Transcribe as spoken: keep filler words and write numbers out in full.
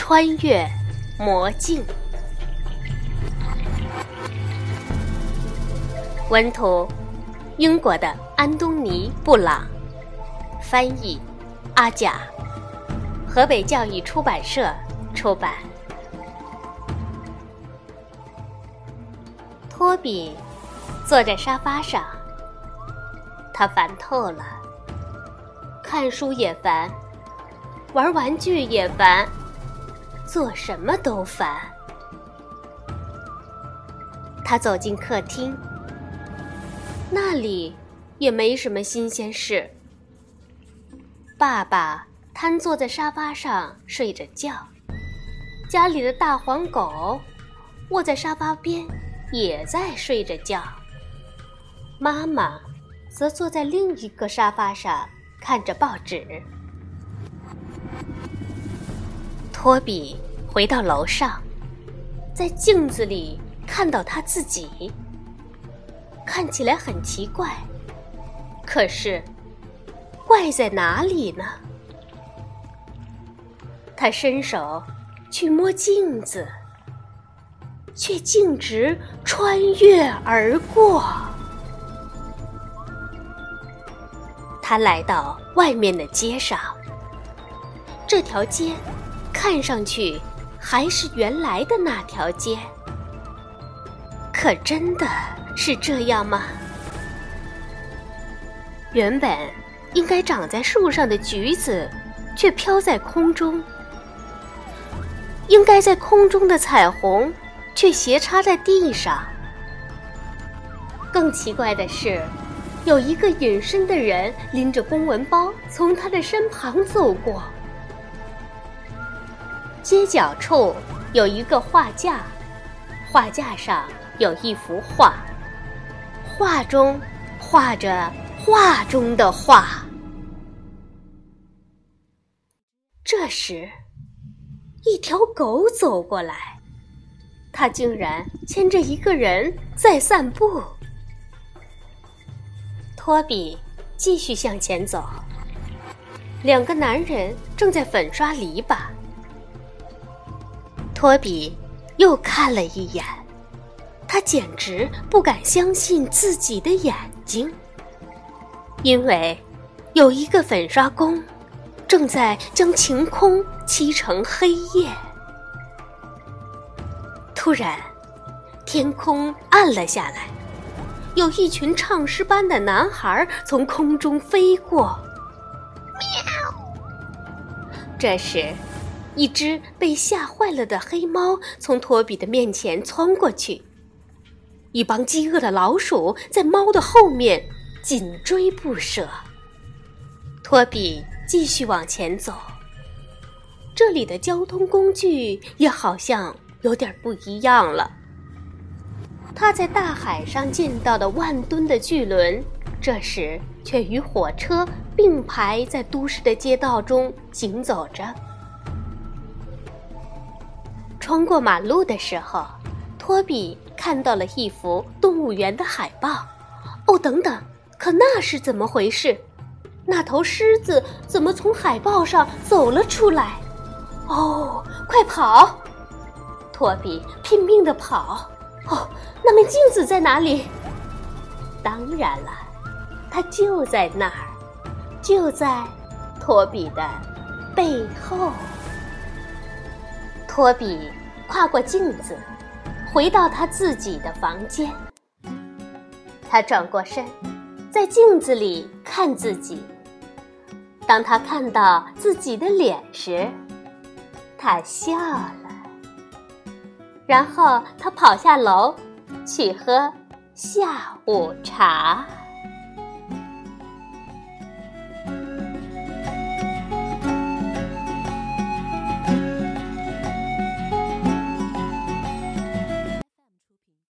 穿越魔镜。文图：英国的安东尼·布朗，翻译：阿甲，河北教育出版社出版。托比坐在沙发上，他烦透了，看书也烦，玩玩具也烦，做什么都烦。他走进客厅，那里也没什么新鲜事。爸爸瘫坐在沙发上睡着觉，家里的大黄狗卧在沙发边也在睡着觉，妈妈则坐在另一个沙发上看着报纸。托比回到楼上，在镜子里看到他自己，看起来很奇怪，可是怪在哪里呢？他伸手去摸镜子，却径直穿越而过。他来到外面的街上，这条街看上去还是原来的那条街，可真的是这样吗？原本应该长在树上的橘子，却飘在空中；应该在空中的彩虹，却斜插在地上。更奇怪的是，有一个隐身的人拎着公文包从他的身旁走过。街角处有一个画架，画架上有一幅画，画中画着画中的画。这时，一条狗走过来，它竟然牵着一个人在散步。托比继续向前走，两个男人正在粉刷篱笆。托比又看了一眼，他简直不敢相信自己的眼睛，因为有一个粉刷工正在将晴空漆成黑夜。突然，天空暗了下来，有一群唱诗班的男孩从空中飞过。喵！这时，一只被吓坏了的黑猫从托比的面前窜过去，一帮饥饿的老鼠在猫的后面紧追不舍。托比继续往前走，这里的交通工具也好像有点不一样了。他在大海上见到的万吨的巨轮，这时却与火车并排在都市的街道中行走着。穿过马路的时候，托比看到了一幅动物园的海报。哦，等等，可那是怎么回事？那头狮子怎么从海报上走了出来？哦，快跑！托比拼命地跑。哦，那面镜子在哪里？当然了，它就在那儿，就在托比的背后。托比跨过镜子，回到他自己的房间。他转过身，在镜子里看自己。当他看到自己的脸时，他笑了。然后他跑下楼去喝下午茶。